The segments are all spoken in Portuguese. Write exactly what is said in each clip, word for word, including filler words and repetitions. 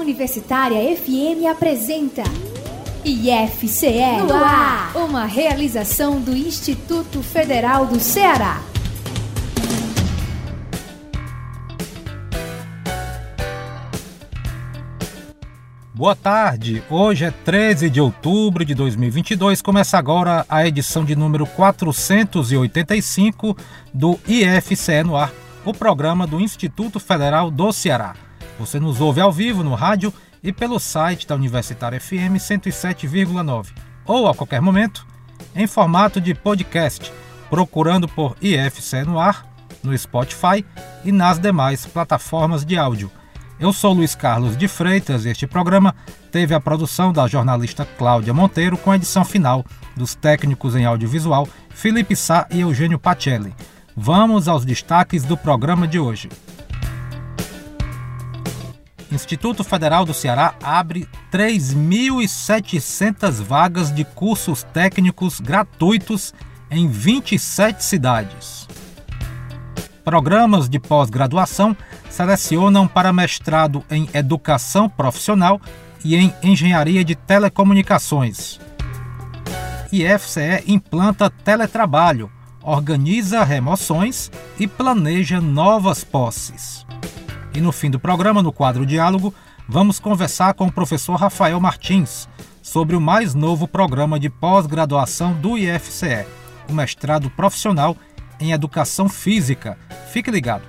Universitária F M apresenta I F C E no ar, uma realização do Instituto Federal do Ceará. Boa tarde, hoje é treze de outubro de dois mil e vinte e dois, começa agora a edição de número quatrocentos e oitenta e cinco do I F C E no ar, o programa do Instituto Federal do Ceará. Você nos ouve ao vivo no rádio e pelo site da Universitária F M cento e sete vírgula nove, ou a qualquer momento, em formato de podcast, procurando por I F C E no ar, no Spotify e nas demais plataformas de áudio. Eu sou Luiz Carlos de Freitas e este programa teve a produção da jornalista Cláudia Monteiro com a edição final dos técnicos em audiovisual Felipe Sá e Eugênio Pacelli. Vamos aos destaques do programa de hoje. Instituto Federal do Ceará abre três mil e setecentas vagas de cursos técnicos gratuitos em vinte e sete cidades. Programas de pós-graduação selecionam para mestrado em Educação Profissional e em Engenharia de Telecomunicações. I F C E implanta teletrabalho, organiza remoções e planeja novas posses. E no fim do programa, no quadro Diálogo, vamos conversar com o professor Rafael Martins sobre o mais novo programa de pós-graduação do I F C E, o mestrado profissional em Educação Física. Fique ligado.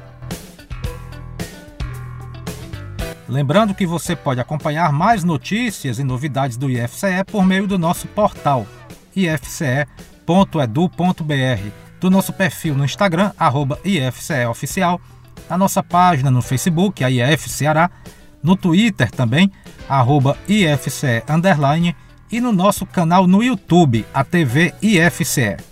Lembrando que você pode acompanhar mais notícias e novidades do I F C E por meio do nosso portal i f c e ponto edu ponto b r, do nosso perfil no Instagram, arroba I F C E Oficial, na nossa página no Facebook, a I F Ceará, no Twitter também, arroba I F C E underline, e no nosso canal no YouTube, a T V I F C E.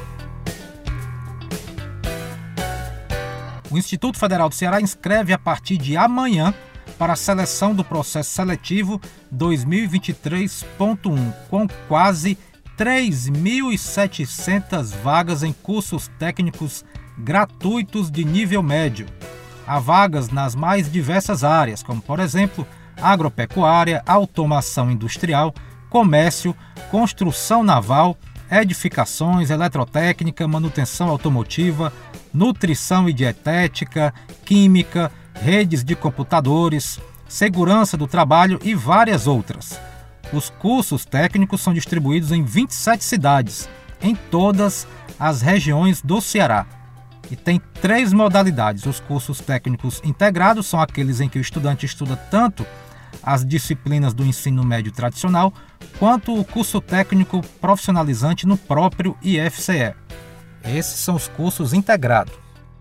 O Instituto Federal do Ceará inscreve a partir de amanhã para a seleção do processo seletivo dois mil e vinte e três ponto um, com quase três mil e setecentas vagas em cursos técnicos gratuitos de nível médio. Há vagas nas mais diversas áreas, como, por exemplo, agropecuária, automação industrial, comércio, construção naval, edificações, eletrotécnica, manutenção automotiva, nutrição e dietética, química, redes de computadores, segurança do trabalho e várias outras. Os cursos técnicos são distribuídos em vinte e sete cidades, em todas as regiões do Ceará. E tem três modalidades. Os cursos técnicos integrados são aqueles em que o estudante estuda tanto as disciplinas do ensino médio tradicional, quanto o curso técnico profissionalizante no próprio I F C E. Esses são os cursos integrados.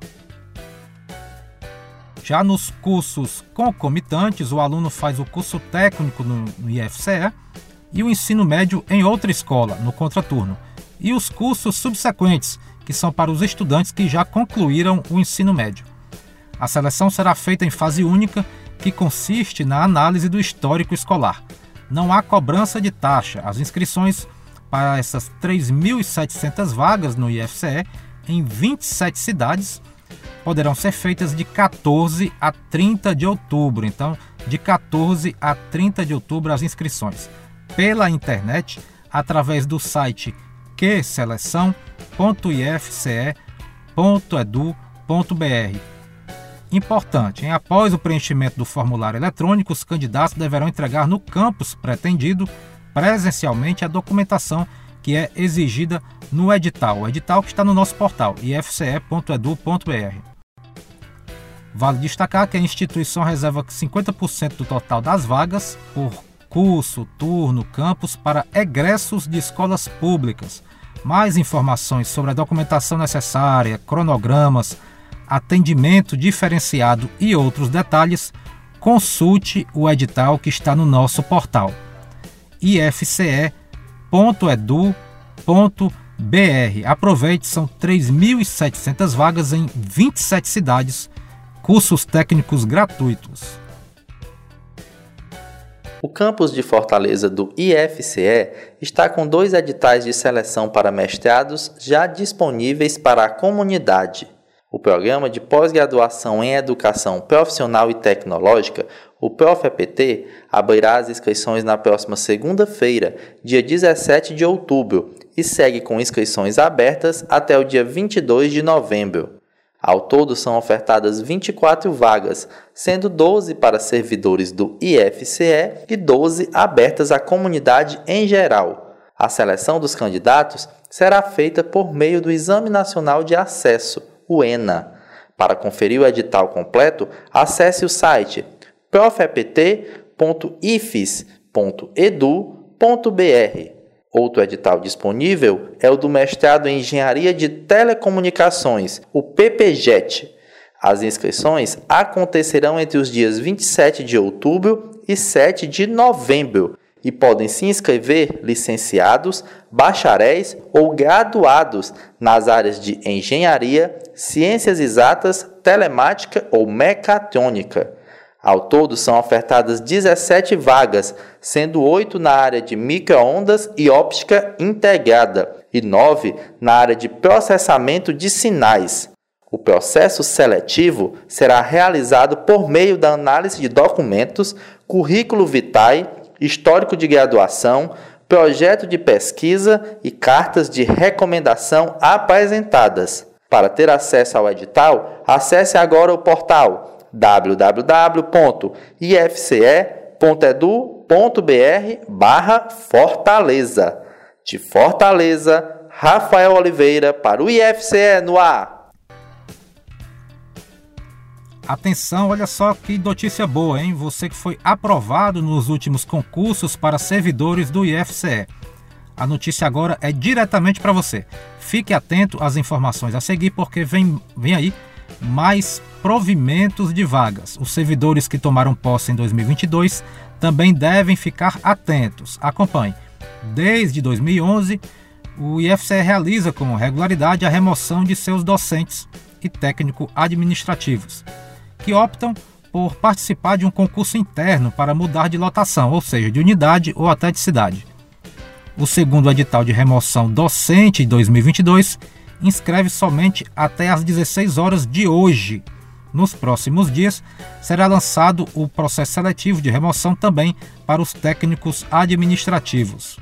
Já nos cursos concomitantes, o aluno faz o curso técnico no, no I F C E e o ensino médio em outra escola, no contraturno. E os cursos subsequentes, que são para os estudantes que já concluíram o ensino médio. A seleção será feita em fase única, que consiste na análise do histórico escolar. Não há cobrança de taxa. As inscrições para essas três mil e setecentas vagas no I F C E em vinte e sete cidades poderão ser feitas de quatorze a trinta de outubro. Então, de quatorze a trinta de outubro as inscrições. Pela internet, através do site q seleção ponto i f c e ponto edu ponto b r. Importante, hein? Após o preenchimento do formulário eletrônico, os candidatos deverão entregar no campus pretendido presencialmente a documentação que é exigida no edital, o edital que está no nosso portal, i f c e ponto edu ponto b r. Vale destacar que a instituição reserva cinquenta por cento do total das vagas por curso, turno, campus para egressos de escolas públicas. Mais informações sobre a documentação necessária, cronogramas, atendimento diferenciado e outros detalhes, consulte o edital que está no nosso portal i f c e ponto edu ponto b r. Aproveite, são três mil e setecentas vagas em vinte e sete cidades, cursos técnicos gratuitos. O campus de Fortaleza do I F C E está com dois editais de seleção para mestrados já disponíveis para a comunidade. O programa de pós-graduação em Educação Profissional e Tecnológica O ProfEPT abrirá as inscrições na próxima segunda-feira, dia dezessete de outubro, e segue com inscrições abertas até o dia vinte e dois de novembro. Ao todo, são ofertadas vinte e quatro vagas, sendo doze para servidores do I F C E e doze abertas à comunidade em geral. A seleção dos candidatos será feita por meio do Exame Nacional de Acesso, o ENA. Para conferir o edital completo, acesse o site profept ponto i f e s ponto e d u ponto b r. Outro edital disponível é o do mestrado em Engenharia de Telecomunicações, o P P J E T. As inscrições acontecerão entre os dias vinte e sete de outubro e sete de novembro e podem se inscrever licenciados, bacharéis ou graduados nas áreas de Engenharia, Ciências Exatas, Telemática ou Mecatrônica. Ao todo, são ofertadas dezessete vagas, sendo oito na área de micro-ondas e óptica integrada e nove na área de processamento de sinais. O processo seletivo será realizado por meio da análise de documentos, currículo vitae, histórico de graduação, projeto de pesquisa e cartas de recomendação apresentadas. Para ter acesso ao edital, acesse agora o portal w w w ponto i f c e ponto e d u ponto b r barra Fortaleza. De Fortaleza, Rafael Oliveira para o I F C E no ar. Atenção, olha só que notícia boa, hein? Você que foi aprovado nos últimos concursos para servidores do I F C E. A notícia agora é diretamente para você. Fique atento às informações a seguir, porque vem, vem aí mais provimentos de vagas. Os servidores que tomaram posse em dois mil e vinte e dois também devem ficar atentos. Acompanhe. Desde dois mil e onze, o I F C E realiza com regularidade a remoção de seus docentes e técnico-administrativos, que optam por participar de um concurso interno para mudar de lotação, ou seja, de unidade ou até de cidade. O segundo edital de remoção docente de dois mil e vinte e dois inscreve somente até às dezesseis horas de hoje. Nos próximos dias, será lançado o processo seletivo de remoção também para os técnicos administrativos.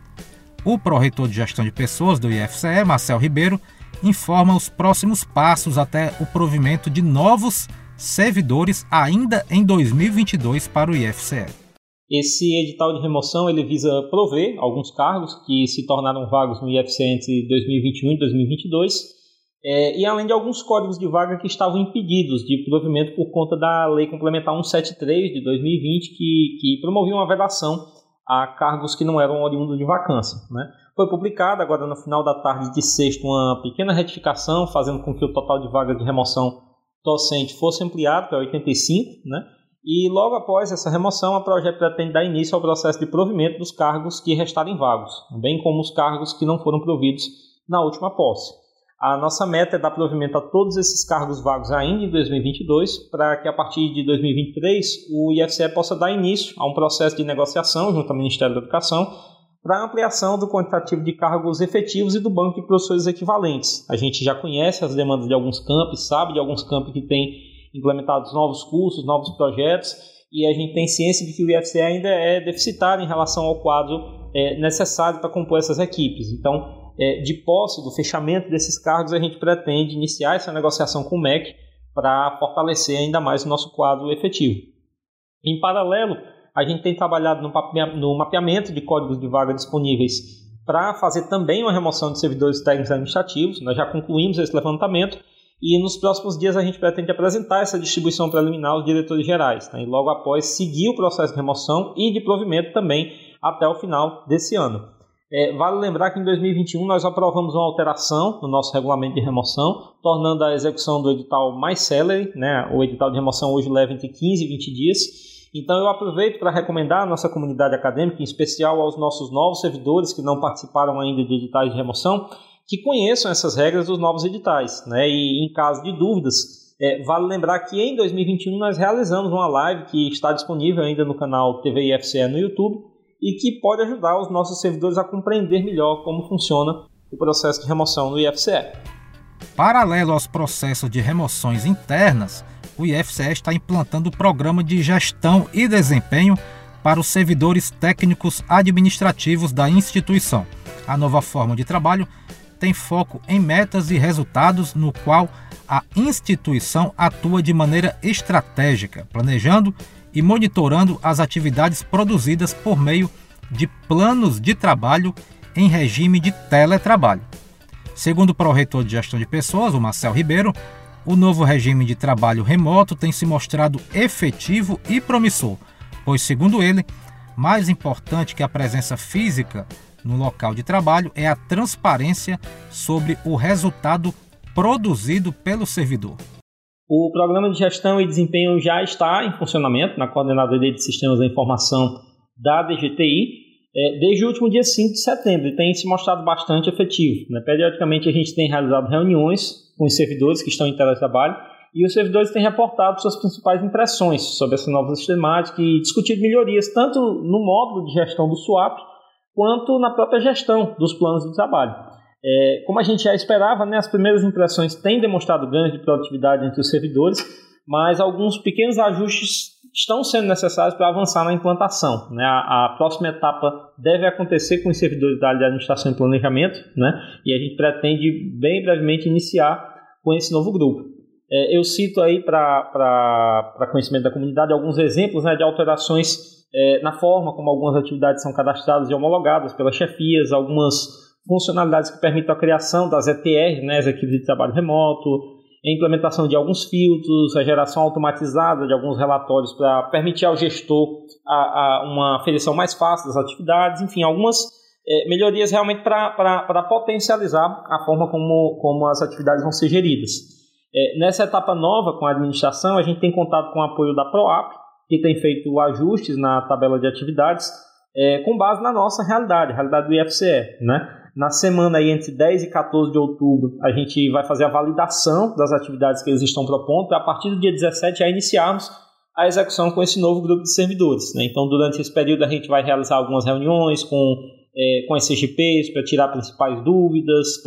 O pró-reitor de Gestão de Pessoas do I F C E, Marcel Ribeiro, informa os próximos passos até o provimento de novos servidores ainda em dois mil e vinte e dois para o I F C E. Esse edital de remoção ele visa prover alguns cargos que se tornaram vagos no I F C E entre dois mil e vinte e um e dois mil e vinte e dois, é, e além de alguns códigos de vaga que estavam impedidos de provimento por conta da Lei Complementar cento e setenta e três de dois mil e vinte, que, que promovia uma vedação a cargos que não eram oriundos de vacância, né? Foi publicada agora no final da tarde de sexta uma pequena retificação, fazendo com que o total de vagas de remoção docente fosse ampliado para oitenta e cinco, né? E logo após essa remoção, a Projeto pretende dar início ao processo de provimento dos cargos que restarem vagos, bem como os cargos que não foram providos na última posse. A nossa meta é dar provimento a todos esses cargos vagos ainda em dois mil e vinte e dois, para que a partir de dois mil e vinte e três o I F C E possa dar início a um processo de negociação junto ao Ministério da Educação para a ampliação do quantitativo de cargos efetivos e do banco de professores equivalentes. A gente já conhece as demandas de alguns campos, sabe de alguns campos que têm implementados novos cursos, novos projetos, e a gente tem ciência de que o I F C E ainda é deficitário em relação ao quadro é, necessário para compor essas equipes. Então, é, de posse do fechamento desses cargos, a gente pretende iniciar essa negociação com o M E C para fortalecer ainda mais o nosso quadro efetivo. Em paralelo, a gente tem trabalhado no mapeamento de códigos de vaga disponíveis para fazer também uma remoção de servidores técnicos administrativos. Nós já concluímos esse levantamento e nos próximos dias a gente pretende apresentar essa distribuição preliminar aos diretores gerais, né? E logo após seguir o processo de remoção e de provimento também até o final desse ano. É, vale lembrar que em dois mil e vinte e um nós aprovamos uma alteração no nosso regulamento de remoção, tornando a execução do edital mais célere, né? O edital de remoção hoje leva entre quinze e vinte dias. Então eu aproveito para recomendar à nossa comunidade acadêmica, em especial aos nossos novos servidores que não participaram ainda de editais de remoção, que conheçam essas regras dos novos editais, né? E em caso de dúvidas, é, vale lembrar que em dois mil e vinte e um nós realizamos uma live que está disponível ainda no canal T V I F C E no YouTube e que pode ajudar os nossos servidores a compreender melhor como funciona o processo de remoção no I F C E. Paralelo aos processos de remoções internas, o I F C E está implantando o Programa de Gestão e Desempenho para os servidores técnicos administrativos da instituição. A nova forma de trabalho tem foco em metas e resultados, no qual a instituição atua de maneira estratégica, planejando e monitorando as atividades produzidas por meio de planos de trabalho em regime de teletrabalho. Segundo o pró-reitor de Gestão de Pessoas, o Marcel Ribeiro, o novo regime de trabalho remoto tem se mostrado efetivo e promissor, pois, segundo ele, mais importante que a presença física no local de trabalho é a transparência sobre o resultado produzido pelo servidor. O Programa de Gestão e Desempenho já está em funcionamento na Coordenadoria de Sistemas da Informação da D G T I desde o último dia cinco de setembro e tem se mostrado bastante efetivo. Periodicamente a gente tem realizado reuniões com os servidores que estão em teletrabalho e os servidores têm reportado suas principais impressões sobre essa nova sistemática e discutido melhorias tanto no módulo de gestão do SWAP quanto na própria gestão dos planos de trabalho. É, como a gente já esperava, né, as primeiras impressões têm demonstrado ganhos de produtividade entre os servidores, mas alguns pequenos ajustes estão sendo necessários para avançar na implantação. Né? A, a próxima etapa deve acontecer com os servidores da área de administração e planejamento, né? E a gente pretende bem brevemente iniciar com esse novo grupo. É, eu cito aí para conhecimento da comunidade alguns exemplos, né, de alterações é, na forma como algumas atividades são cadastradas e homologadas pelas chefias, algumas funcionalidades que permitem a criação das E T R, né, as equipes de trabalho remoto, a implementação de alguns filtros, a geração automatizada de alguns relatórios para permitir ao gestor a, a uma aferição mais fácil das atividades, enfim, algumas é, melhorias realmente para potencializar a forma como, como as atividades vão ser geridas. É, nessa etapa nova com a administração, a gente tem contado com o apoio da PROAP, que tem feito ajustes na tabela de atividades é, com base na nossa realidade, a realidade do I F C E, né? Na semana aí, entre dez e quatorze de outubro, a gente vai fazer a validação das atividades que eles estão propondo, para a partir do dia dezessete já iniciarmos a execução com esse novo grupo de servidores. Né? Então, durante esse período, a gente vai realizar algumas reuniões com, é, com as C G Ps para tirar principais dúvidas,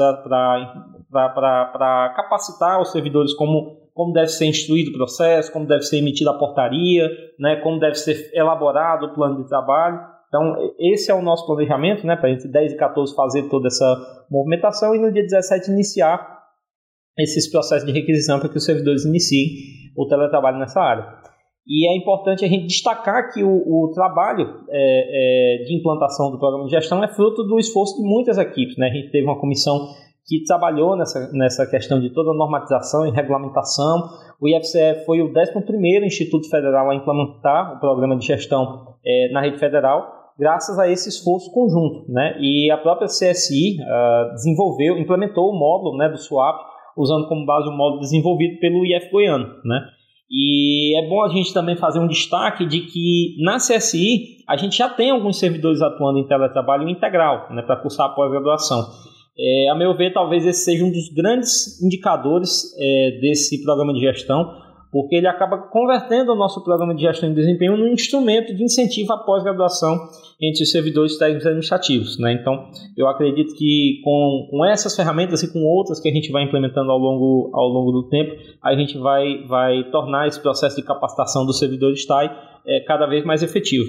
para capacitar os servidores como, como deve ser instruído o processo, como deve ser emitida a portaria, né? Como deve ser elaborado o plano de trabalho. Então, esse é o nosso planejamento, né, para entre dez e quatorze fazer toda essa movimentação e no dia dezessete iniciar esses processos de requisição para que os servidores iniciem o teletrabalho nessa área. E é importante a gente destacar que o, o trabalho é, é, de implantação do programa de gestão é fruto do esforço de muitas equipes. Né? A gente teve uma comissão que trabalhou nessa, nessa questão de toda a normatização e regulamentação. O I F C E foi o décimo primeiro Instituto Federal a implementar o programa de gestão é, na rede federal, graças a esse esforço conjunto, né? E a própria C S I uh, desenvolveu, implementou o módulo, né, do SWAP, usando como base o módulo desenvolvido pelo I F Goiano, né? E é bom a gente também fazer um destaque de que na C S I a gente já tem alguns servidores atuando em teletrabalho integral, né, para cursar a pós-graduação. É, a meu ver, talvez esse seja um dos grandes indicadores é, desse programa de gestão, porque ele acaba convertendo o nosso programa de gestão e desempenho num instrumento de incentivo à pós-graduação entre os servidores técnicos administrativos. Né? Então, eu acredito que com, com essas ferramentas e com outras que a gente vai implementando ao longo, ao longo do tempo, a gente vai, vai tornar esse processo de capacitação dos servidores T A I é, cada vez mais efetivo.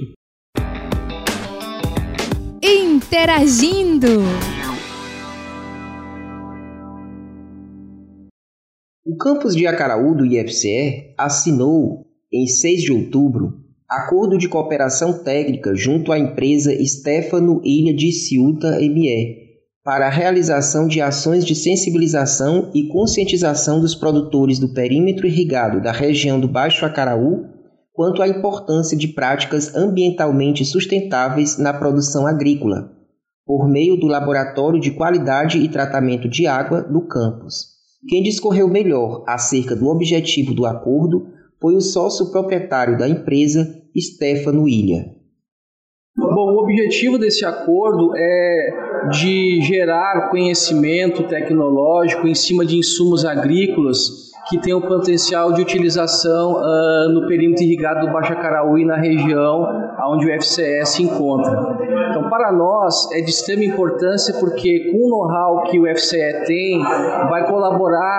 Interagindo! O campus de Acaraú do I F C E assinou, em seis de outubro, acordo de cooperação técnica junto à empresa Stefano Ilha de Ciuta M E para a realização de ações de sensibilização e conscientização dos produtores do perímetro irrigado da região do Baixo Acaraú quanto à importância de práticas ambientalmente sustentáveis na produção agrícola, por meio do Laboratório de Qualidade e Tratamento de Água do campus. Quem discorreu melhor acerca do objetivo do acordo foi o sócio proprietário da empresa, Stefano Ilha. Bom, o objetivo desse acordo é de gerar conhecimento tecnológico em cima de insumos agrícolas que têm o potencial de utilização uh, no perímetro irrigado do Baixo Acaraú e na região onde o I F C E se encontra. Então, para nós, é de extrema importância porque com o know-how que o I F C E tem, vai colaborar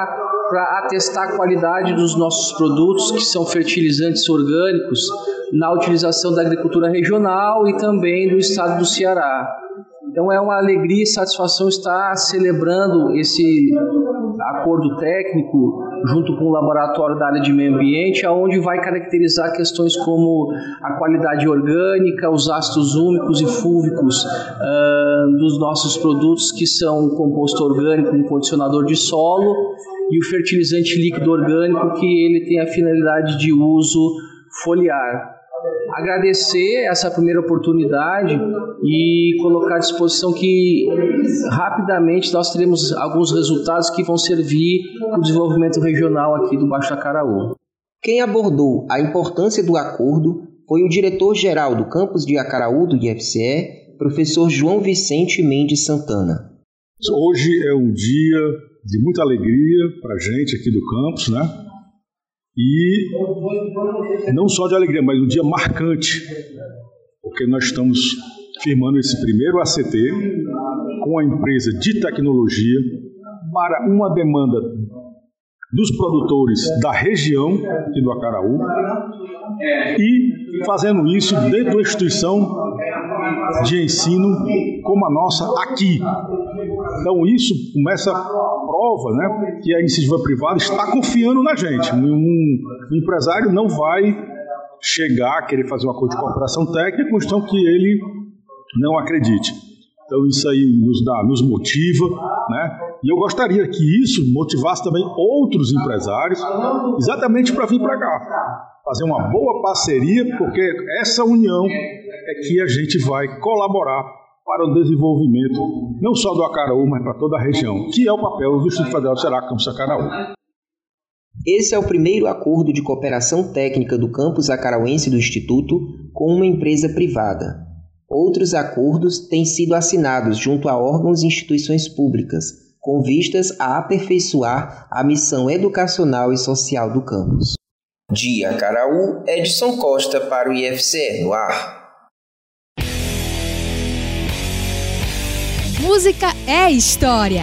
para atestar a qualidade dos nossos produtos, que são fertilizantes orgânicos, na utilização da agricultura regional e também do estado do Ceará. Então é uma alegria e satisfação estar celebrando esse acordo técnico junto com o laboratório da área de meio ambiente, onde vai caracterizar questões como a qualidade orgânica, os ácidos úmicos e fúlvicos uh, dos nossos produtos, que são o composto orgânico, um condicionador de solo, e o fertilizante líquido orgânico, que ele tem a finalidade de uso foliar. Agradecer essa primeira oportunidade e colocar à disposição que rapidamente nós teremos alguns resultados que vão servir para o desenvolvimento regional aqui do Baixo Acaraú. Quem abordou a importância do acordo foi o diretor-geral do campus de Acaraú do I F C E, professor João Vicente Mendes Santana. Hoje é um dia de muita alegria para a gente aqui do campus, né? E não só de alegria, mas um dia marcante, porque nós estamos firmando esse primeiro A C T com a empresa de tecnologia para uma demanda dos produtores da região aqui do Acaraú e fazendo isso dentro de uma instituição de ensino como a nossa aqui. Então isso começa a prova, né, que a iniciativa privada está confiando na gente. Um, um empresário não vai chegar a querer fazer um acordo de cooperação técnica com questão que ele não acredite. Então isso aí nos dá, nos motiva, né? E eu gostaria que isso motivasse também outros empresários exatamente para vir para cá, fazer uma boa parceria, porque essa união é que a gente vai colaborar para o desenvolvimento não só do Acaraú, mas para toda a região, que é o papel do Instituto Federal do Ceará, Campus Acaraú. Esse é o primeiro acordo de cooperação técnica do campus acarauense do Instituto com uma empresa privada. Outros acordos têm sido assinados junto a órgãos e instituições públicas, com vistas a aperfeiçoar a missão educacional e social do campus. De Acaraú, Edson Costa para o I F C E no ar. Música é história.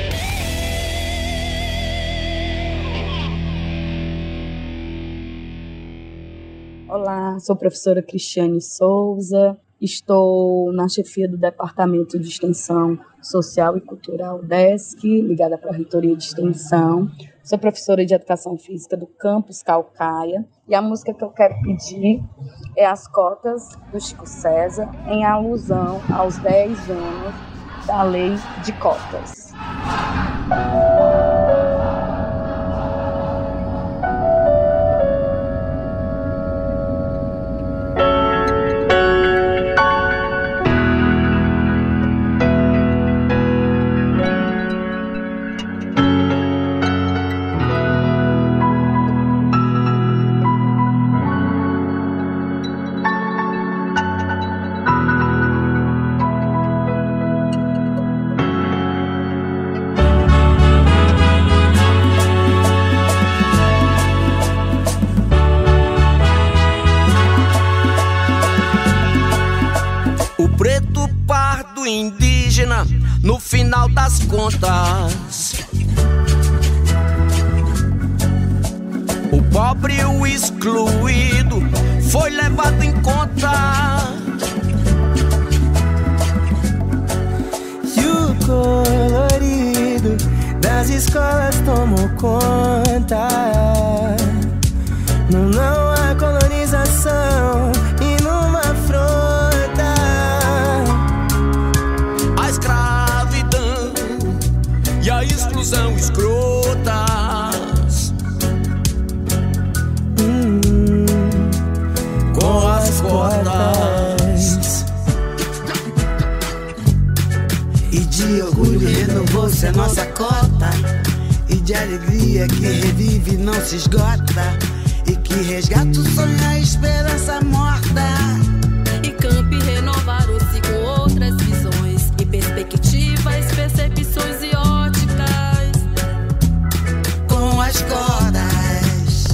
Olá, sou a professora Cristiane Souza, estou na chefia do Departamento de Extensão Social e Cultural D E S C, ligada para a Reitoria de Extensão. Sou professora de Educação Física do Campus Caucaia e a música que eu quero pedir é As Cotas, do Chico César, em alusão aos dez anos da Lei de Cotas. Indígena, no final das contas, o pobre e o excluído foi levado em conta. E o colorido das escolas tomou conta. Não, não há colonização e numa afronta. E a exclusão escrotas, hum, com as cotas. E de orgulho renovou-se a nossa cota, e de alegria que revive e não se esgota, e que resgata o sonho, a esperança morta. E campi renovaram-se com outras visões e perspectivas, percepções e óticas. Com as cordas,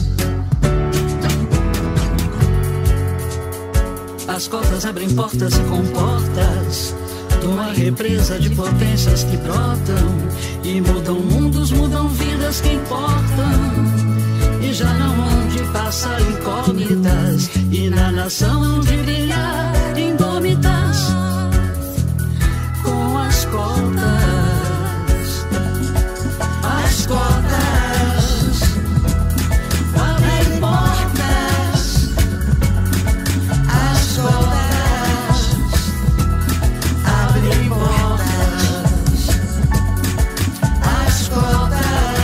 as cotas abrem portas e comportas uma represa de potências que brotam e mudam mundos, mudam vidas que importam. E já não onde passar incógnitas, e na nação onde brilhar indômitas com as cotas, as cotas abrem portas, as cotas abrem portas, as cotas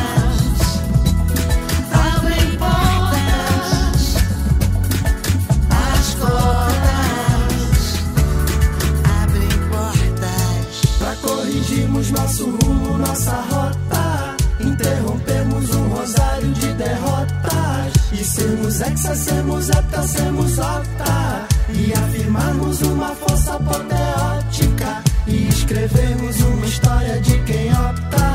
abrem portas, as cotas abrem portas. Pra corrigirmos nosso rumo, nossa rota, interrompemos um rosário de derrotas e sermos hexa, sermos hepta, sermos octa, e afirmarmos uma força apoteótica e escrevermos uma história de quem opta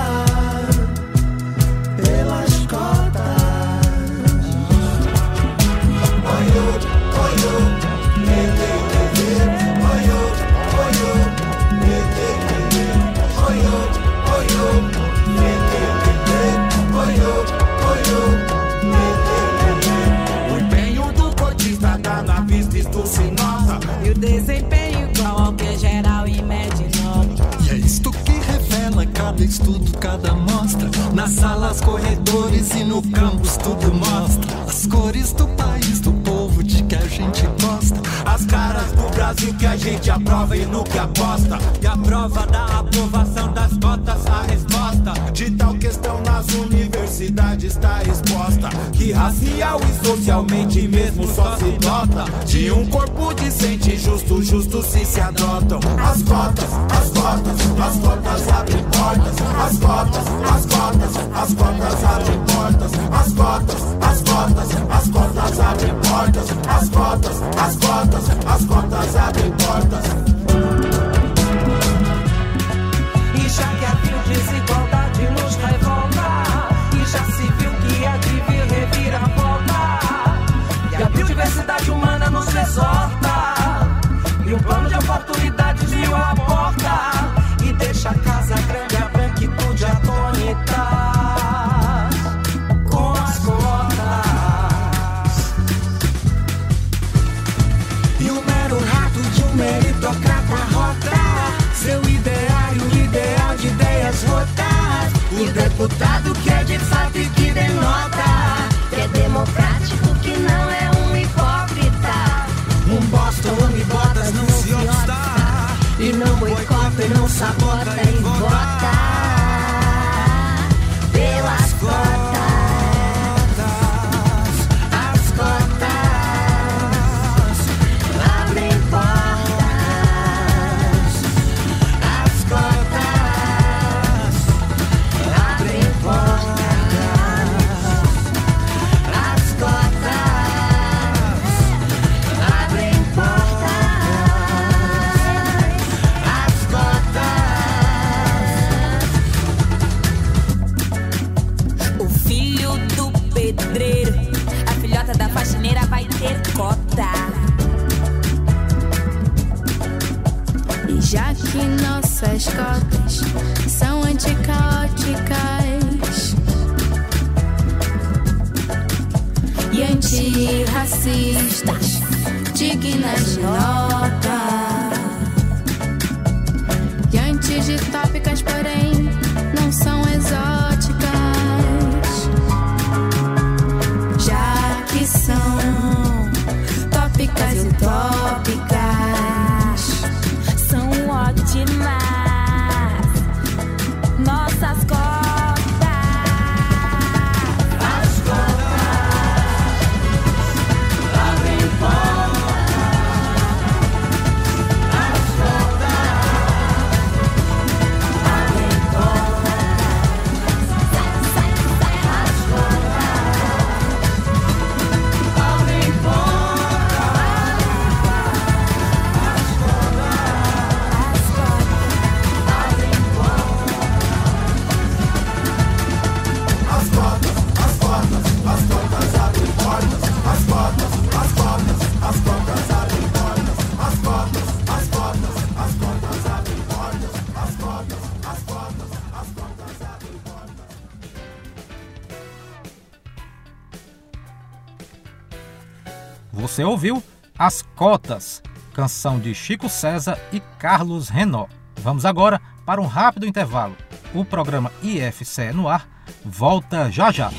pelas cotas. Oiô, oiô, mete, mete, oiô, oiô, mete, mete, oiô, oiô, mete, mete, oiô, oiô, mete, mete. O empenho do cotista tá na vista, isto se nota, e o desempenho igual ao que é geral e mede nota. E é isto que revela cada estudo, cada amostra. Nas salas, corredores e no campus tudo mostra as cores do país, do povo de que a gente gosta, as caras do Brasil que a gente aprova e no que aposta. E a prova da aprovação das cotas, a resposta de tal questão nas universidades está exposta, que racial e socialmente mesmo só se nota de um corpo decente, justo, justo se se adotam as cotas, as cotas, as cotas abrem portas, as cotas, as cotas, as cotas abrem portas, as cotas, as cotas, as cotas abrem portas, as cotas, as cotas, as cotas abrem portas. E já que a desigualdade nos revolta, e já se viu que é de vir reviravolta, e a biodiversidade humana nos exorta, e o plano de oportunidades mil a porta, e deixa a casa grande, a branquitude atônita com as cotas. E o mero rato de um meritocrata rota seu ideário, ideal de ideias rotas. O deputado que é de fato e que denota que é democrático, que não é um hipócrita. Um Boston e botas não se obsta, e não boicota e não sabota e vota pelas cotas, as cotas abrem portas, as cotas abrem portas, as cotas abrem portas, as cotas. O filho do pedreiro, a filhota da faxineira vai ter cota. E já que nossas cotas são anticaóticas e antirracistas, dignas de nota e antiditópicas, porém não são exóticas, já que são tópicas e utópicas. São ótimas nossas cotas, as cotas abrem portas, as cotas abrem você ouviu As Cotas, canção de Chico César e Carlos Renaud. Vamos agora para um rápido intervalo. O programa I F C E no ar volta já já.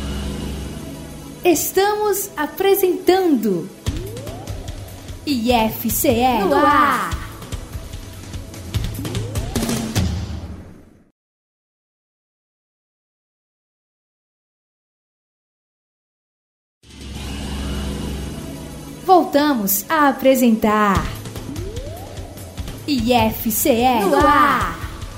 Estamos apresentando I F C E no ar. Voltamos a apresentar I F C E no ar.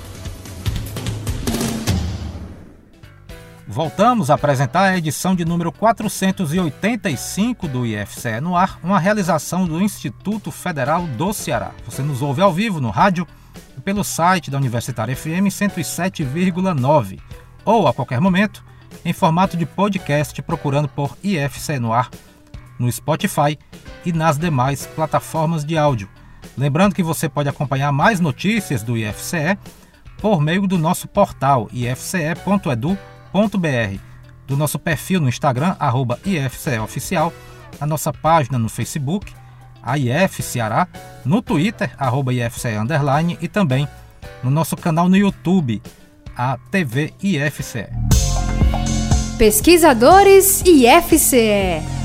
Voltamos a apresentar a edição de número quatrocentos e oitenta e cinco do I F C E no ar, uma realização do Instituto Federal do Ceará. Você nos ouve ao vivo no rádio e pelo site da Universitária F M cento e sete vírgula nove ou a qualquer momento em formato de podcast procurando por I F C E no ar no Spotify e nas demais plataformas de áudio. Lembrando que você pode acompanhar mais notícias do I F C E por meio do nosso portal i f c e ponto edu ponto b r, do nosso perfil no Instagram, arroba I F C E Oficial, a nossa página no Facebook, a I F Ceará, no Twitter, arroba I F C E Underline, e também no nosso canal no YouTube, a T V I F C E. Pesquisadores I F C E.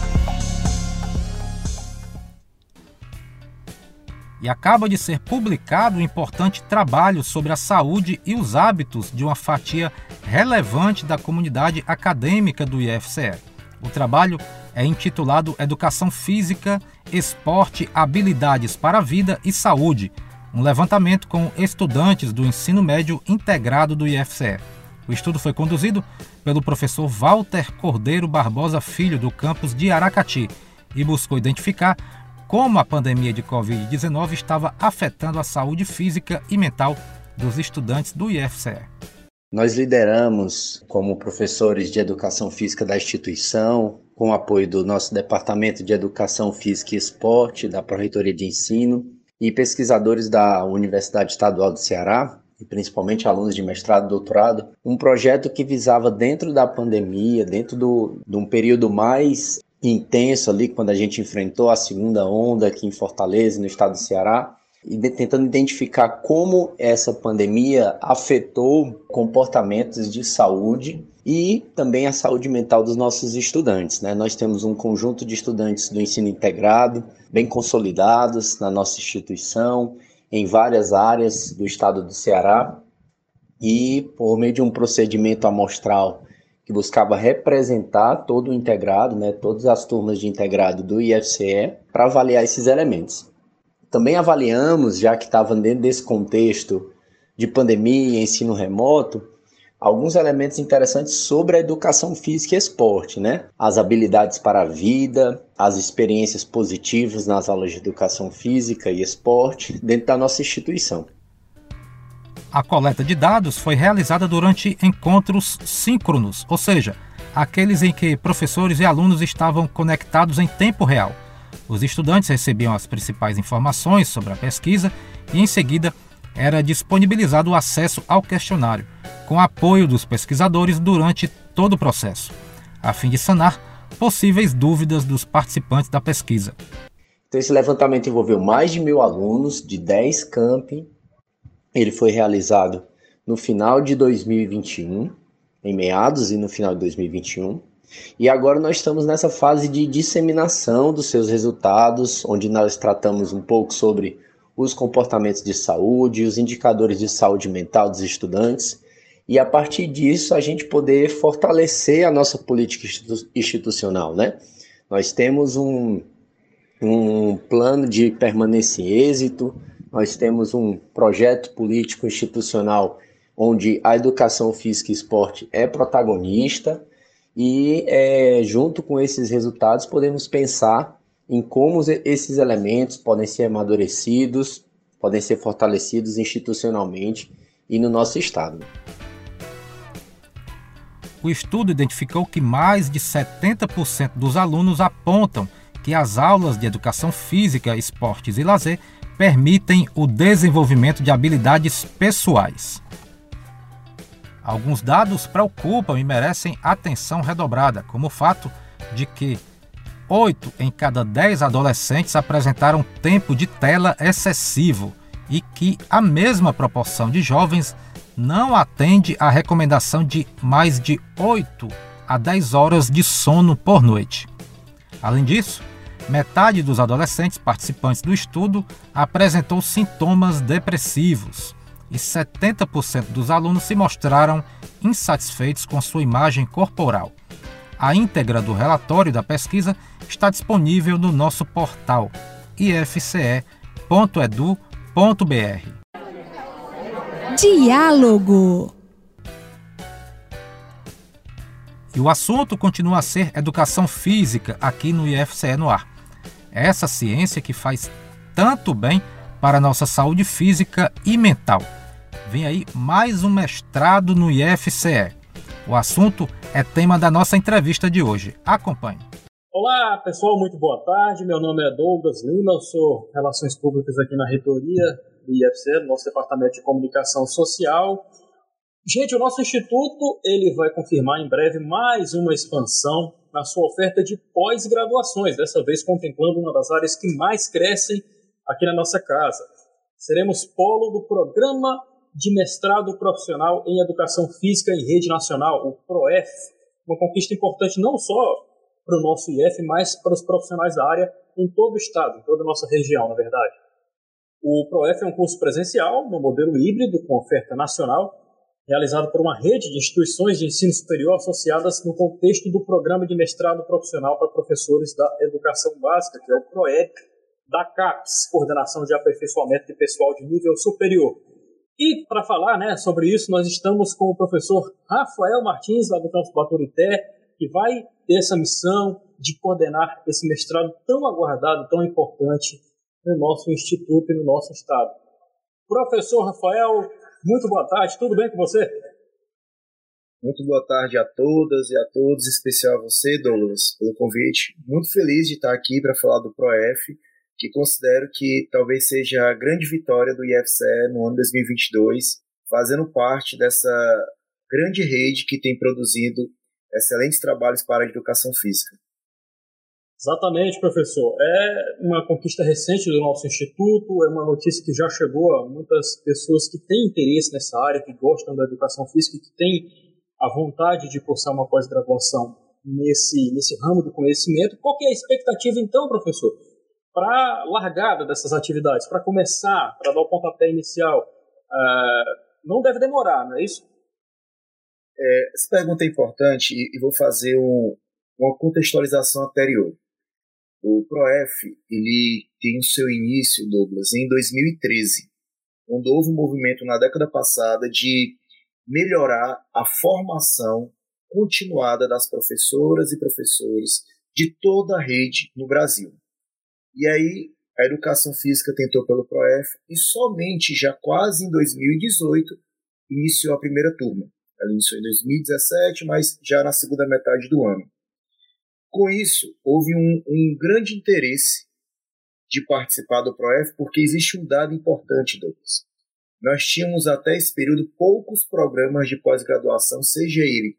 E acaba de ser publicado um importante trabalho sobre a saúde e os hábitos de uma fatia relevante da comunidade acadêmica do I F C E. O trabalho é intitulado Educação Física, Esporte, Habilidades para a Vida e Saúde, um levantamento com estudantes do ensino médio integrado do I F C E. O estudo foi conduzido pelo professor Walter Cordeiro Barbosa Filho, do campus de Aracati, e buscou identificar como a pandemia de covid dezenove estava afetando a saúde física e mental dos estudantes do I F C E. Nós lideramos, como professores de Educação Física da instituição, com o apoio do nosso Departamento de Educação Física e Esporte, da Pró-Reitoria de Ensino, e pesquisadores da Universidade Estadual do Ceará, e principalmente alunos de mestrado e doutorado, um projeto que visava, dentro da pandemia, dentro do, de um período mais intenso ali, quando a gente enfrentou a segunda onda aqui em Fortaleza, no estado do Ceará, e de, tentando identificar como essa pandemia afetou comportamentos de saúde e também a saúde mental dos nossos estudantes, né? Nós temos um conjunto de estudantes do ensino integrado, bem consolidados na nossa instituição, em várias áreas do estado do Ceará, e por meio de um procedimento amostral que buscava representar todo o integrado, né, todas as turmas de integrado do I F C E, para avaliar esses elementos. Também avaliamos, já que estava dentro desse contexto de pandemia e ensino remoto, alguns elementos interessantes sobre a educação física e esporte, né? As habilidades para a vida, as experiências positivas nas aulas de educação física e esporte dentro da nossa instituição. A coleta de dados foi realizada durante encontros síncronos, ou seja, aqueles em que professores e alunos estavam conectados em tempo real. Os estudantes recebiam as principais informações sobre a pesquisa e, em seguida, era disponibilizado o acesso ao questionário, com apoio dos pesquisadores durante todo o processo, a fim de sanar possíveis dúvidas dos participantes da pesquisa. Então, esse levantamento envolveu mais de mil alunos de dez campi. Ele foi realizado no final de dois mil e vinte e um, em meados e no final de dois mil e vinte e um. E agora nós estamos nessa fase de disseminação dos seus resultados, onde nós tratamos um pouco sobre os comportamentos de saúde, os indicadores de saúde mental dos estudantes, e a partir disso a gente poder fortalecer a nossa política institucional, né? Nós temos um, um plano de permanência em êxito, nós temos um projeto político institucional onde a educação física e esporte é protagonista e, é, junto com esses resultados, podemos pensar em como esses elementos podem ser amadurecidos, podem ser fortalecidos institucionalmente e no nosso estado. O estudo identificou que mais de setenta por cento dos alunos apontam que as aulas de educação física, esportes e lazer permitem o desenvolvimento de habilidades pessoais. Alguns dados preocupam e merecem atenção redobrada, como o fato de que oito em cada dez adolescentes apresentaram tempo de tela excessivo e que a mesma proporção de jovens não atende à recomendação de mais de oito a dez horas de sono por noite. Além disso, metade dos adolescentes participantes do estudo apresentou sintomas depressivos e setenta por cento dos alunos se mostraram insatisfeitos com sua imagem corporal. A íntegra do relatório da pesquisa está disponível no nosso portal i f c e ponto edu ponto b r. Diálogo. E o assunto continua a ser educação física aqui no I F C E no ar. Essa ciência que faz tanto bem para a nossa saúde física e mental. Vem aí mais um mestrado no I F C E. O assunto é tema da nossa entrevista de hoje. Acompanhe. Olá, pessoal, muito boa tarde. Meu nome é Douglas Lima, eu sou Relações Públicas aqui na reitoria do I F C E, no nosso Departamento de Comunicação Social. Gente, o nosso instituto ele vai confirmar em breve mais uma expansão na sua oferta de pós-graduações, dessa vez contemplando uma das áreas que mais crescem aqui na nossa casa. Seremos polo do Programa de Mestrado Profissional em Educação Física em Rede Nacional, o PROEF, uma conquista importante não só para o nosso I F, mas para os profissionais da área em todo o estado, em toda a nossa região, na verdade. O PROEF é um curso presencial, no modelo híbrido, com oferta nacional, realizado por uma rede de instituições de ensino superior associadas no contexto do Programa de Mestrado Profissional para Professores da Educação Básica, que é o PROEP, da CAPES, Coordenação de Aperfeiçoamento de Pessoal de Nível Superior. E, para falar né, sobre isso, nós estamos com o professor Rafael Martins, lá do campus Baturité, que vai ter essa missão de coordenar esse mestrado tão aguardado, tão importante no nosso instituto e no nosso estado. Professor Rafael, muito boa tarde, tudo bem com você? Muito boa tarde a todas e a todos, em especial a você, Douglas, pelo convite. Muito feliz de estar aqui para falar do PROEF, que considero que talvez seja a grande vitória do I F C E no ano dois mil e vinte e dois, fazendo parte dessa grande rede que tem produzido excelentes trabalhos para a educação física. Exatamente, professor. É uma conquista recente do nosso instituto, é uma notícia que já chegou a muitas pessoas que têm interesse nessa área, que gostam da educação física e que têm a vontade de cursar uma pós-graduação nesse, nesse ramo do conhecimento. Qual que é a expectativa, então, professor, para a largada dessas atividades, para começar, para dar o pontapé inicial? Uh, não deve demorar, não é isso? É, essa pergunta é importante e, e vou fazer um, uma contextualização anterior. O PROEF ele tem o seu início, Douglas, em dois mil e treze, quando houve um movimento na década passada de melhorar a formação continuada das professoras e professores de toda a rede no Brasil. E aí a educação física tentou pelo PROEF e somente já quase em dois mil e dezoito iniciou a primeira turma. Ela iniciou em dois mil e dezessete, mas já na segunda metade do ano. Com isso, houve um, um grande interesse de participar do PROEF, porque existe um dado importante, Douglas. Nós tínhamos até esse período poucos programas de pós-graduação, seja ele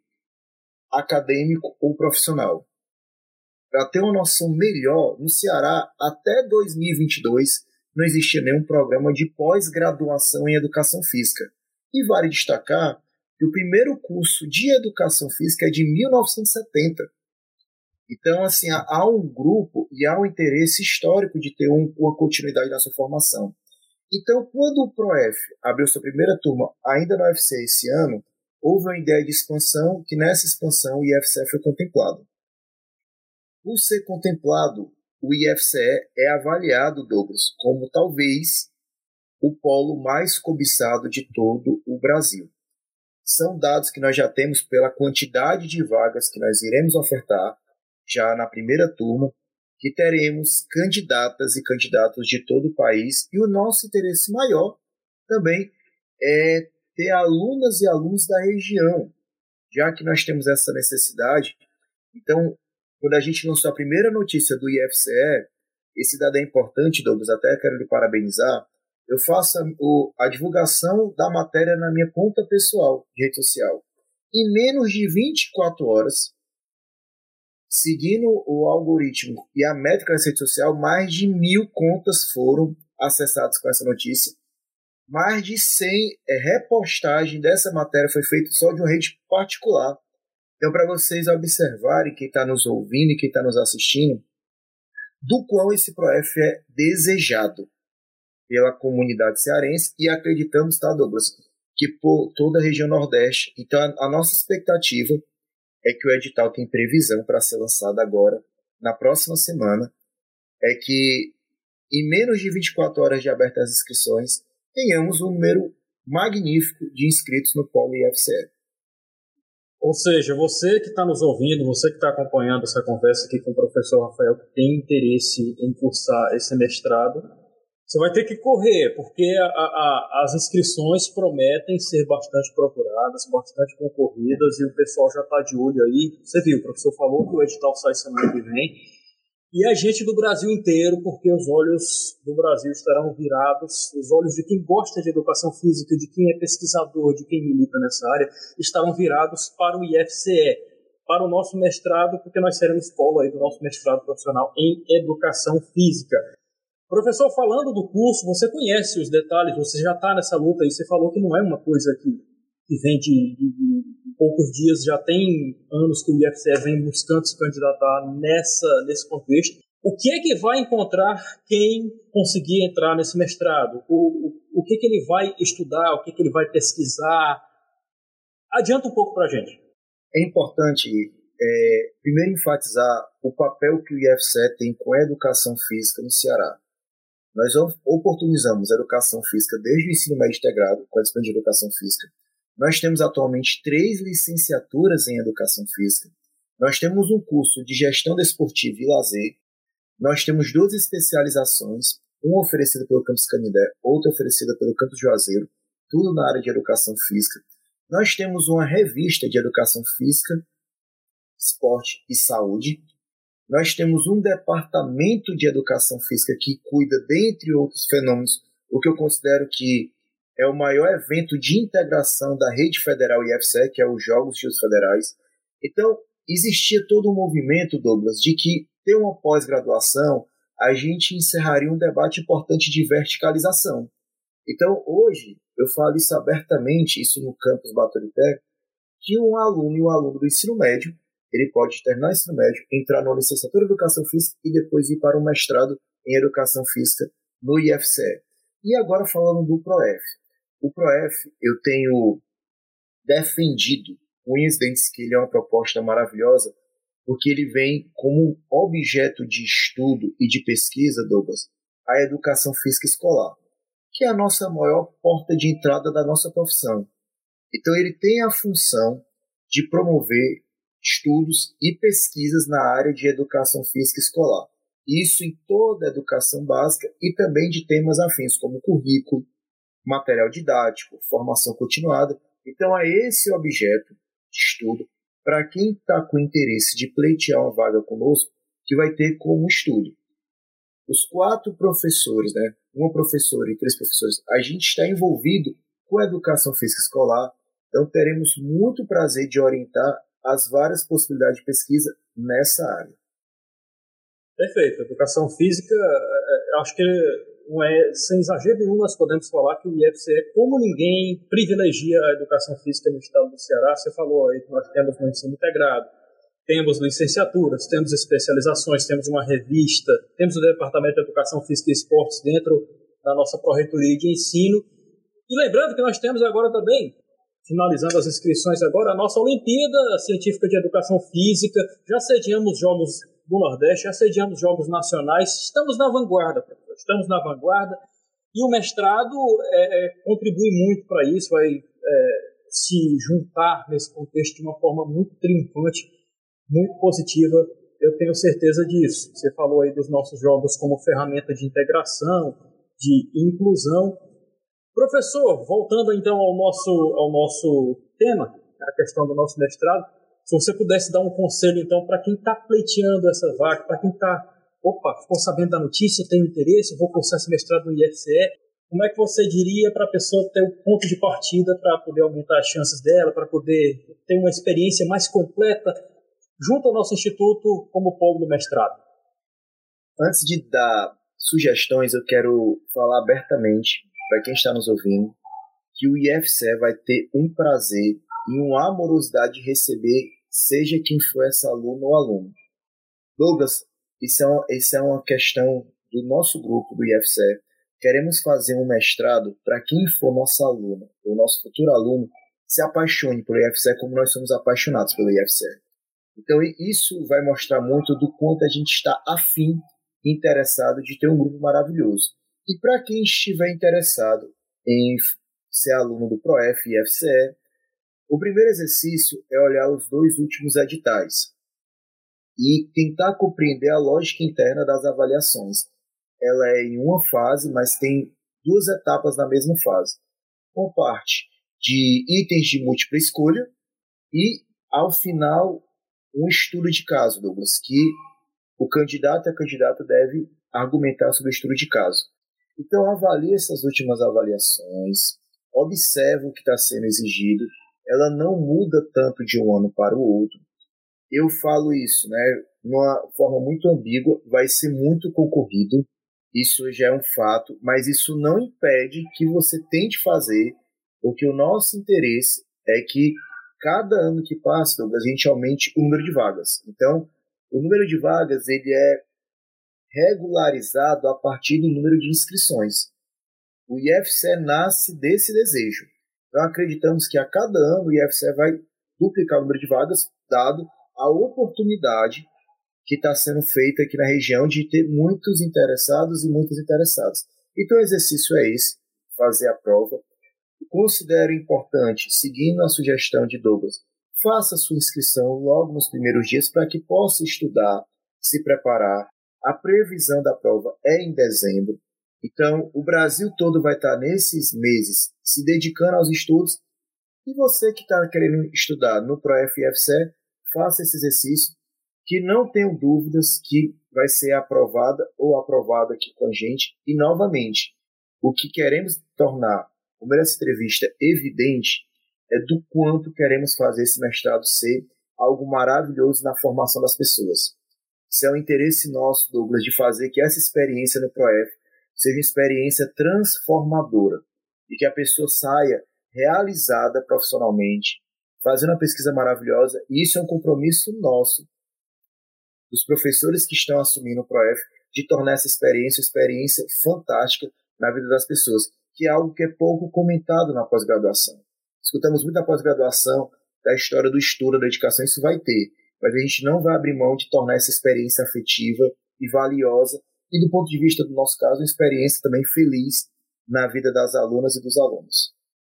acadêmico ou profissional. Para ter uma noção melhor, no Ceará, até dois mil e vinte e dois, não existia nenhum programa de pós-graduação em educação física. E vale destacar que o primeiro curso de educação física é de mil novecentos e setenta. Então, assim, há um grupo e há um interesse histórico de ter um, uma continuidade na sua formação. Então, quando o PROEF abriu sua primeira turma, ainda no U F C E esse ano, houve uma ideia de expansão, que nessa expansão o I F C E foi contemplado. Por ser contemplado, o I F C E é avaliado, Douglas, como talvez o polo mais cobiçado de todo o Brasil. São dados que nós já temos pela quantidade de vagas que nós iremos ofertar, já na primeira turma, que teremos candidatas e candidatos de todo o país, e o nosso interesse maior também é ter alunas e alunos da região, já que nós temos essa necessidade. Então, quando a gente lançou a primeira notícia do I F C E, esse dado é importante, Douglas, até quero lhe parabenizar, eu faço a, o, a divulgação da matéria na minha conta pessoal de rede social. Em menos de vinte e quatro horas, seguindo o algoritmo e a métrica da rede social, mais de mil contas foram acessadas com essa notícia. Mais de cem é, repostagens dessa matéria foi feita só de uma rede particular. Então, para vocês observarem, quem está nos ouvindo e quem está nos assistindo, do quão esse ProF é desejado pela comunidade cearense e acreditamos, tá, Douglas, que por toda a região Nordeste. Então, a, a nossa expectativa é que o edital tem previsão para ser lançado agora, na próxima semana, é que em menos de vinte e quatro horas de abertas as inscrições, tenhamos um número magnífico de inscritos no Polo I F C E. Ou seja, você que está nos ouvindo, você que está acompanhando essa conversa aqui com o professor Rafael, que tem interesse em cursar esse mestrado, você vai ter que correr, porque a, a, as inscrições prometem ser bastante procuradas, bastante concorridas, e o pessoal já está de olho aí. Você viu, o professor falou que o edital sai semana que vem, e a gente do Brasil inteiro, porque os olhos do Brasil estarão virados, os olhos de quem gosta de educação física, de quem é pesquisador, de quem milita nessa área, estarão virados para o I F C E, para o nosso mestrado, porque nós seremos polo aí do nosso mestrado profissional em educação física. Professor, falando do curso, você conhece os detalhes, você já está nessa luta aí, você falou que não é uma coisa que, que vem de, de, de poucos dias, já tem anos que o I F C E vem buscando se candidatar nessa, nesse contexto. O que é que vai encontrar quem conseguir entrar nesse mestrado? O, o, o que, que ele vai estudar, o que, que ele vai pesquisar? Adianta um pouco para a gente. É importante, é, primeiro, enfatizar o papel que o I F C E tem com a educação física no Ceará. Nós oportunizamos a educação física desde o ensino médio integrado, com a disciplina de educação física. Nós temos atualmente três licenciaturas em educação física. Nós temos um curso de gestão desportiva e lazer. Nós temos duas especializações, uma oferecida pelo Campus Canindé, outra oferecida pelo Campus Juazeiro, tudo na área de educação física. Nós temos uma revista de educação física, esporte e saúde. Nós temos um departamento de educação física que cuida, dentre outros fenômenos, o que eu considero que é o maior evento de integração da rede federal I F C E, que é os Jogos Tios Federais. Então, existia todo um movimento, Douglas, de que ter uma pós-graduação, a gente encerraria um debate importante de verticalização. Então, hoje, eu falo isso abertamente, isso no campus Baturité, que um aluno e um aluno do ensino médio, ele pode terminar o ensino médio, entrar na licenciatura de Educação Física e depois ir para um mestrado em Educação Física no I F C E. E agora falando do ProF. O ProF, eu tenho defendido com unhas e dentes que ele é uma proposta maravilhosa, porque ele vem como objeto de estudo e de pesquisa, Douglas, a educação física escolar, que é a nossa maior porta de entrada da nossa profissão. Então ele tem a função de promover estudos e pesquisas na área de educação física escolar. Isso em toda a educação básica e também de temas afins, como currículo, material didático, formação continuada. Então é esse objeto de estudo para quem está com interesse de pleitear uma vaga conosco, que vai ter como estudo. Os quatro professores, né, uma professora e três professores, a gente está envolvido com a educação física escolar, então teremos muito prazer de orientar as várias possibilidades de pesquisa nessa área. Perfeito. Educação física, acho que não é, sem exagero nenhum, nós podemos falar que o I F C E, como ninguém, privilegia a educação física no estado do Ceará. Você falou aí que nós temos no ensino integrado, temos licenciaturas, temos especializações, temos uma revista, temos o Departamento de Educação Física e Esportes dentro da nossa Pró-Reitoria de Ensino. E lembrando que nós temos agora também, finalizando as inscrições agora, a nossa Olimpíada Científica de Educação Física. Já sediamos Jogos do Nordeste, já sediamos Jogos Nacionais, estamos na vanguarda, professor, estamos na vanguarda, e o mestrado é, é, contribui muito para isso, vai é, se juntar nesse contexto de uma forma muito triunfante, muito positiva, eu tenho certeza disso. Você falou aí dos nossos jogos como ferramenta de integração, de inclusão. Professor, voltando então ao nosso, ao nosso tema, a questão do nosso mestrado, se você pudesse dar um conselho então para quem está pleiteando essa vaga, para quem está, opa, ficou sabendo da notícia, tem interesse, vou cursar esse mestrado no I F C E, como é que você diria para a pessoa ter um ponto de partida para poder aumentar as chances dela, para poder ter uma experiência mais completa junto ao nosso instituto como polo do mestrado? Antes de dar sugestões, eu quero falar abertamente para quem está nos ouvindo que o I F C E vai ter um prazer e uma amorosidade de receber seja quem for esse aluno ou aluno. Douglas, isso é uma, isso é uma questão do nosso grupo do I F C E. Queremos fazer um mestrado para quem for nosso aluno ou nosso futuro aluno se apaixone pelo I F C E como nós somos apaixonados pelo I F C E. Então isso vai mostrar muito do quanto a gente está afim, interessado de ter um grupo maravilhoso. E para quem estiver interessado em ser aluno do ProEF e I F C E, o primeiro exercício é olhar os dois últimos editais e tentar compreender a lógica interna das avaliações. Ela é em uma fase, mas tem duas etapas na mesma fase. Com parte de itens de múltipla escolha e, ao final, um estudo de caso, Douglas, que o candidato e a candidata deve argumentar sobre o estudo de caso. Então, avalie essas últimas avaliações, observe o que está sendo exigido, ela não muda tanto de um ano para o outro. Eu falo isso, né, de uma forma muito ambígua, vai ser muito concorrido, isso já é um fato, mas isso não impede que você tente fazer, porque o nosso interesse é que cada ano que passa, a gente aumente o número de vagas. Então, o número de vagas ele é regularizado a partir do número de inscrições. O I F C E nasce desse desejo. Então, acreditamos que a cada ano o I F C E vai duplicar o número de vagas, dado a oportunidade que está sendo feita aqui na região de ter muitos interessados e muitas interessadas. Então, o exercício é esse, fazer a prova. Considero importante, seguindo a sugestão de Douglas, faça sua inscrição logo nos primeiros dias para que possa estudar, se preparar. A previsão da prova é em dezembro. Então, o Brasil todo vai estar nesses meses se dedicando aos estudos. E você que está querendo estudar no ProEF e I F C E, faça esse exercício, que não tenho dúvidas que vai ser aprovada ou aprovada aqui com a gente. E, novamente, o que queremos tornar, como essa entrevista evidente, é do quanto queremos fazer esse mestrado ser algo maravilhoso na formação das pessoas. Isso é um interesse nosso, Douglas, de fazer que essa experiência no ProEF seja uma experiência transformadora e que a pessoa saia realizada profissionalmente, fazendo uma pesquisa maravilhosa. E isso é um compromisso nosso, dos professores que estão assumindo o ProEF, de tornar essa experiência uma experiência fantástica na vida das pessoas, que é algo que é pouco comentado na pós-graduação. Escutamos muito na pós-graduação da história do estudo, da dedicação, isso vai ter, mas a gente não vai abrir mão de tornar essa experiência afetiva e valiosa, e do ponto de vista do nosso caso, uma experiência também feliz na vida das alunas e dos alunos.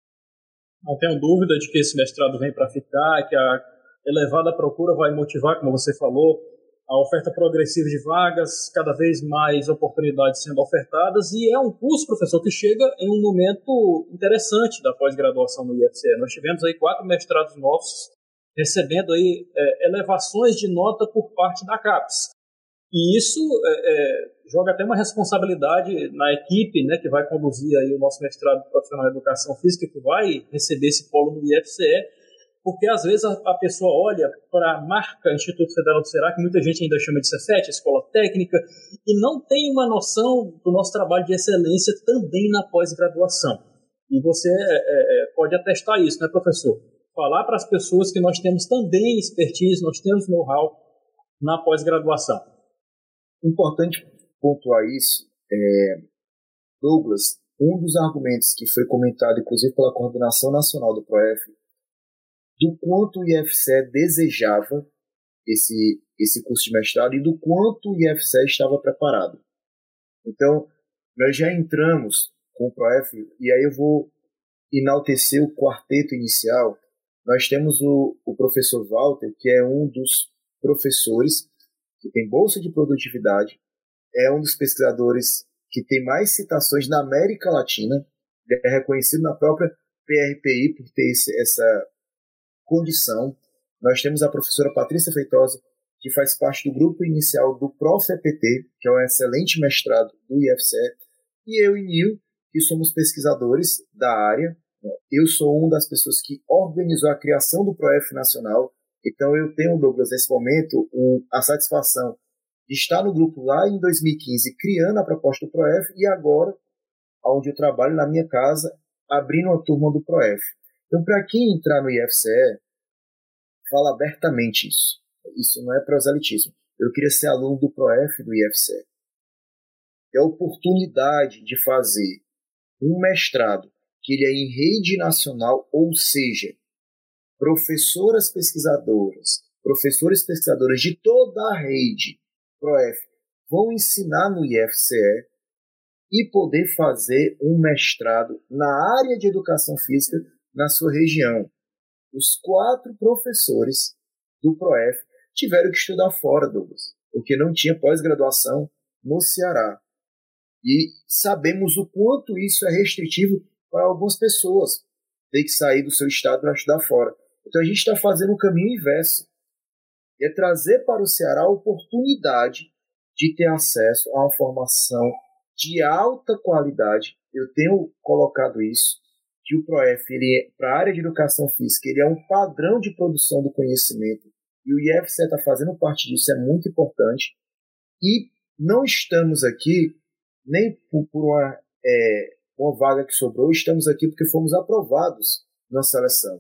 Não tenho dúvida de que esse mestrado vem para ficar, que a elevada procura vai motivar, como você falou, a oferta progressiva de vagas, cada vez mais oportunidades sendo ofertadas, e é um curso, professor, que chega em um momento interessante da pós-graduação no I F C E. Nós tivemos aí quatro mestrados nossos recebendo aí é, elevações de nota por parte da CAPES. E isso é, é, joga até uma responsabilidade na equipe, né, que vai conduzir aí o nosso mestrado profissional em Educação Física, que vai receber esse polo no I F C E, porque às vezes a, a pessoa olha para a marca Instituto Federal do Ceará, que muita gente ainda chama de Cefet, Escola Técnica, e não tem uma noção do nosso trabalho de excelência também na pós-graduação. E você é, é, pode atestar isso, né, professor? Falar para as pessoas que nós temos também expertise, nós temos know-how na pós-graduação. Importante pontuar isso, é, Douglas, um dos argumentos que foi comentado, inclusive pela Coordenação Nacional do ProEF, do quanto o I F C E desejava esse, esse curso de mestrado e do quanto o I F C E estava preparado. Então, nós já entramos com o ProEF, e aí eu vou enaltecer o quarteto inicial. Nós temos o, o professor Walter, que é um dos professores que tem bolsa de produtividade, é um dos pesquisadores que tem mais citações na América Latina, é reconhecido na própria P R P I por ter esse, essa condição. Nós temos a professora Patrícia Feitosa, que faz parte do grupo inicial do Prof-EPT, que é um excelente mestrado do I F C E, e eu e Nil, que somos pesquisadores da área. Eu sou uma das pessoas que organizou a criação do ProEF Nacional Então eu tenho, Douglas, nesse momento, o, a satisfação de estar no grupo lá em dois mil e quinze, criando a proposta do ProF, e agora, onde eu trabalho na minha casa, abrindo uma turma do ProF. Então, para quem entrar no I F C E, fala abertamente isso. Isso não é proselitismo. Eu queria ser aluno do ProF do I F C E. É a oportunidade de fazer um mestrado que ele é em rede nacional, ou seja, professoras pesquisadoras, professores pesquisadores de toda a rede ProF vão ensinar no I F C E e poder fazer um mestrado na área de educação física na sua região. Os quatro professores do ProF tiveram que estudar fora, Douglas, porque não tinha pós-graduação no Ceará. E sabemos o quanto isso é restritivo para algumas pessoas, ter que sair do seu estado para estudar fora. Então a gente está fazendo o caminho inverso. É trazer para o Ceará a oportunidade de ter acesso a uma formação de alta qualidade. Eu tenho colocado isso, que o ProF, ele é, para a área de educação física, ele é um padrão de produção do conhecimento. E o I F C E está fazendo parte disso, é muito importante. E não estamos aqui nem por, por uma, é, uma vaga que sobrou, estamos aqui porque fomos aprovados na seleção.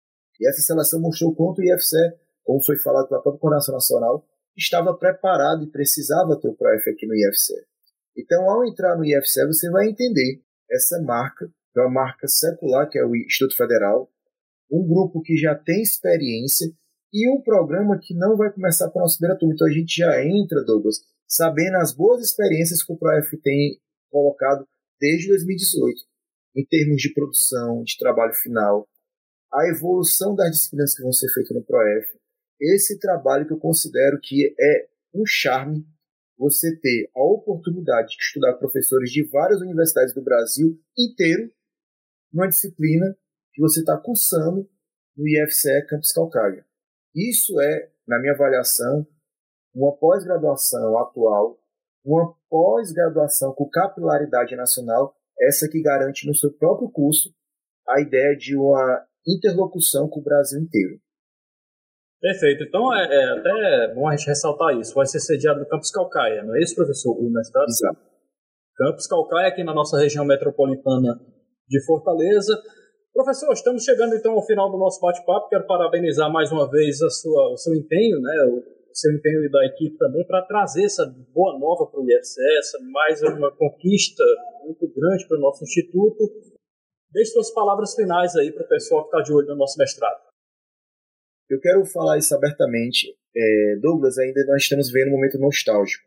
E essa seleção mostrou quanto o I F C E, como foi falado pela própria Coordenação Nacional, estava preparado e precisava ter o ProF aqui no I F C E. Então, ao entrar no I F C E, você vai entender essa marca, que é uma marca secular, que é o Instituto Federal, um grupo que já tem experiência e um programa que não vai começar com a nossa primeira turma. Então, a gente já entra, Douglas, sabendo as boas experiências que o ProF tem colocado desde dois mil e dezoito, em termos de produção, de trabalho final, a evolução das disciplinas que vão ser feitas no ProF, esse trabalho que eu considero que é um charme, você ter a oportunidade de estudar professores de várias universidades do Brasil inteiro, numa disciplina que você está cursando no I F C E Campus Calcaia. Isso é, na minha avaliação, uma pós-graduação atual, uma pós-graduação com capilaridade nacional, essa que garante no seu próprio curso a ideia de uma interlocução com o Brasil inteiro. Perfeito. Então, é, é até bom a gente ressaltar isso. Vai ser sediado no Campus Calcaia, não é isso, professor? O mestrado? Exato. Campus Calcaia, aqui na nossa região metropolitana de Fortaleza. Professor, estamos chegando então ao final do nosso bate-papo. Quero parabenizar mais uma vez a sua, o seu empenho, né? O seu empenho e da equipe também para trazer essa boa nova para o I F C E, essa mais uma conquista muito grande para o nosso instituto. Deixe suas palavras finais aí para o pessoal que está de olho no nosso mestrado. Eu quero falar isso abertamente. É, Douglas, ainda nós estamos vivendo um momento nostálgico.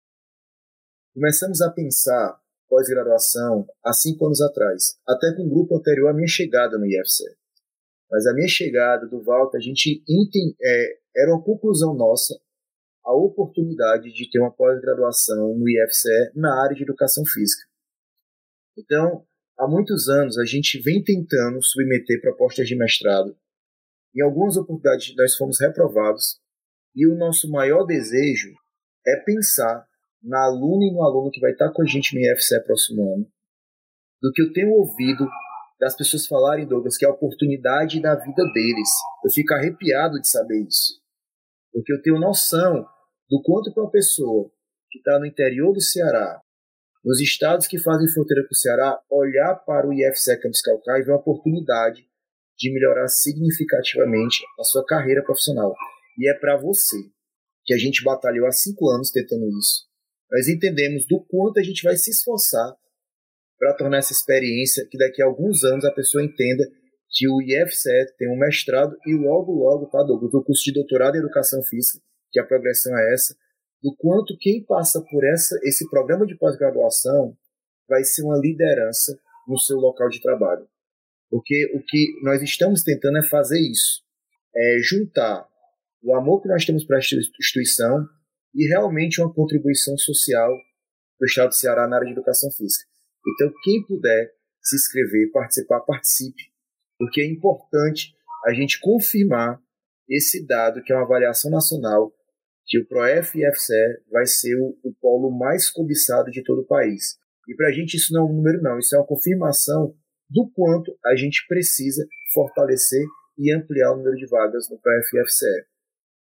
Começamos a pensar pós-graduação há cinco anos atrás, até com um grupo anterior à minha chegada no I F C E. Mas a minha chegada, do Walter, a gente entende, é, era uma conclusão nossa, a oportunidade de ter uma pós-graduação no I F C E na área de educação física. Então, há muitos anos a gente vem tentando submeter propostas de mestrado. Em algumas oportunidades nós fomos reprovados e o nosso maior desejo é pensar na aluna e no aluno que vai estar com a gente no I F C E próximo ano, do que eu tenho ouvido das pessoas falarem, Douglas, que é a oportunidade da vida deles. Eu fico arrepiado de saber isso, porque eu tenho noção do quanto para uma pessoa que está no interior do Ceará, nos estados que fazem fronteira com o Ceará, olhar para o I F C E Campus Calcaia e ver uma oportunidade de melhorar significativamente a sua carreira profissional. E é para você, que a gente batalhou há cinco anos tentando isso. Nós entendemos do quanto a gente vai se esforçar para tornar essa experiência, que daqui a alguns anos a pessoa entenda que o I F C E tem um mestrado e logo, logo, tá, Douglas, o curso de doutorado em Educação Física, que a progressão é essa, do quanto quem passa por essa, esse programa de pós-graduação vai ser uma liderança no seu local de trabalho. Porque o que nós estamos tentando é fazer isso, é juntar o amor que nós temos para a instituição e realmente uma contribuição social do Estado do Ceará na área de educação física. Então, quem puder se inscrever, participar, participe, porque é importante a gente confirmar esse dado, que é uma avaliação nacional, que o ProF e I F C E vai ser o, o polo mais cobiçado de todo o país. E para a gente isso não é um número, não, isso é uma confirmação do quanto a gente precisa fortalecer e ampliar o número de vagas no ProF e I F C E.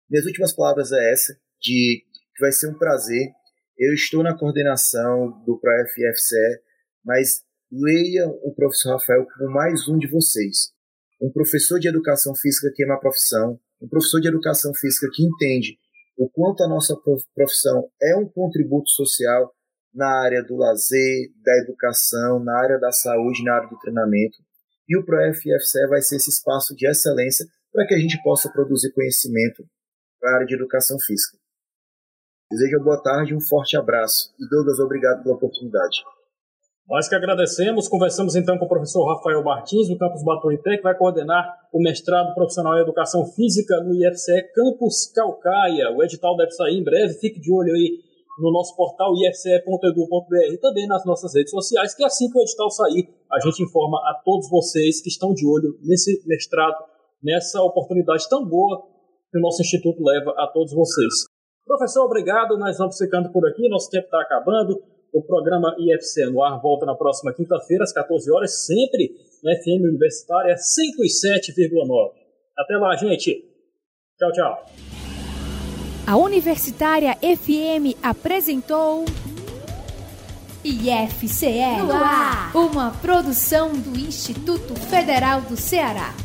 Minhas últimas palavras é essa, de que vai ser um prazer. Eu estou na coordenação do ProF I F C E, mas leia o professor Rafael como mais um de vocês. Um professor de educação física que ama a profissão, um professor de educação física que entende o quanto a nossa profissão é um contributo social na área do lazer, da educação, na área da saúde, na área do treinamento. E o ProF I F C E vai ser esse espaço de excelência para que a gente possa produzir conhecimento para a área de educação física. Desejo uma boa tarde e um forte abraço. E Douglas, obrigado pela oportunidade. Nós que agradecemos. Conversamos então com o professor Rafael Martins, do Campus Baturité, que vai coordenar o mestrado profissional em Educação Física no I F C E Campus Caucaia. O edital deve sair em breve. Fique de olho aí no nosso portal i f c e ponto edu ponto b r e também nas nossas redes sociais, que assim que o edital sair, a gente informa a todos vocês que estão de olho nesse mestrado, nessa oportunidade tão boa que o nosso Instituto leva a todos vocês. Professor, obrigado. Nós vamos ficando por aqui. Nosso tempo está acabando. O programa I F C no ar volta na próxima quinta-feira, às quatorze horas, sempre na F M Universitária cento e sete vírgula nove. Até lá, gente. Tchau, tchau. A Universitária F M apresentou I F C E no ar, uma produção do Instituto Federal do Ceará.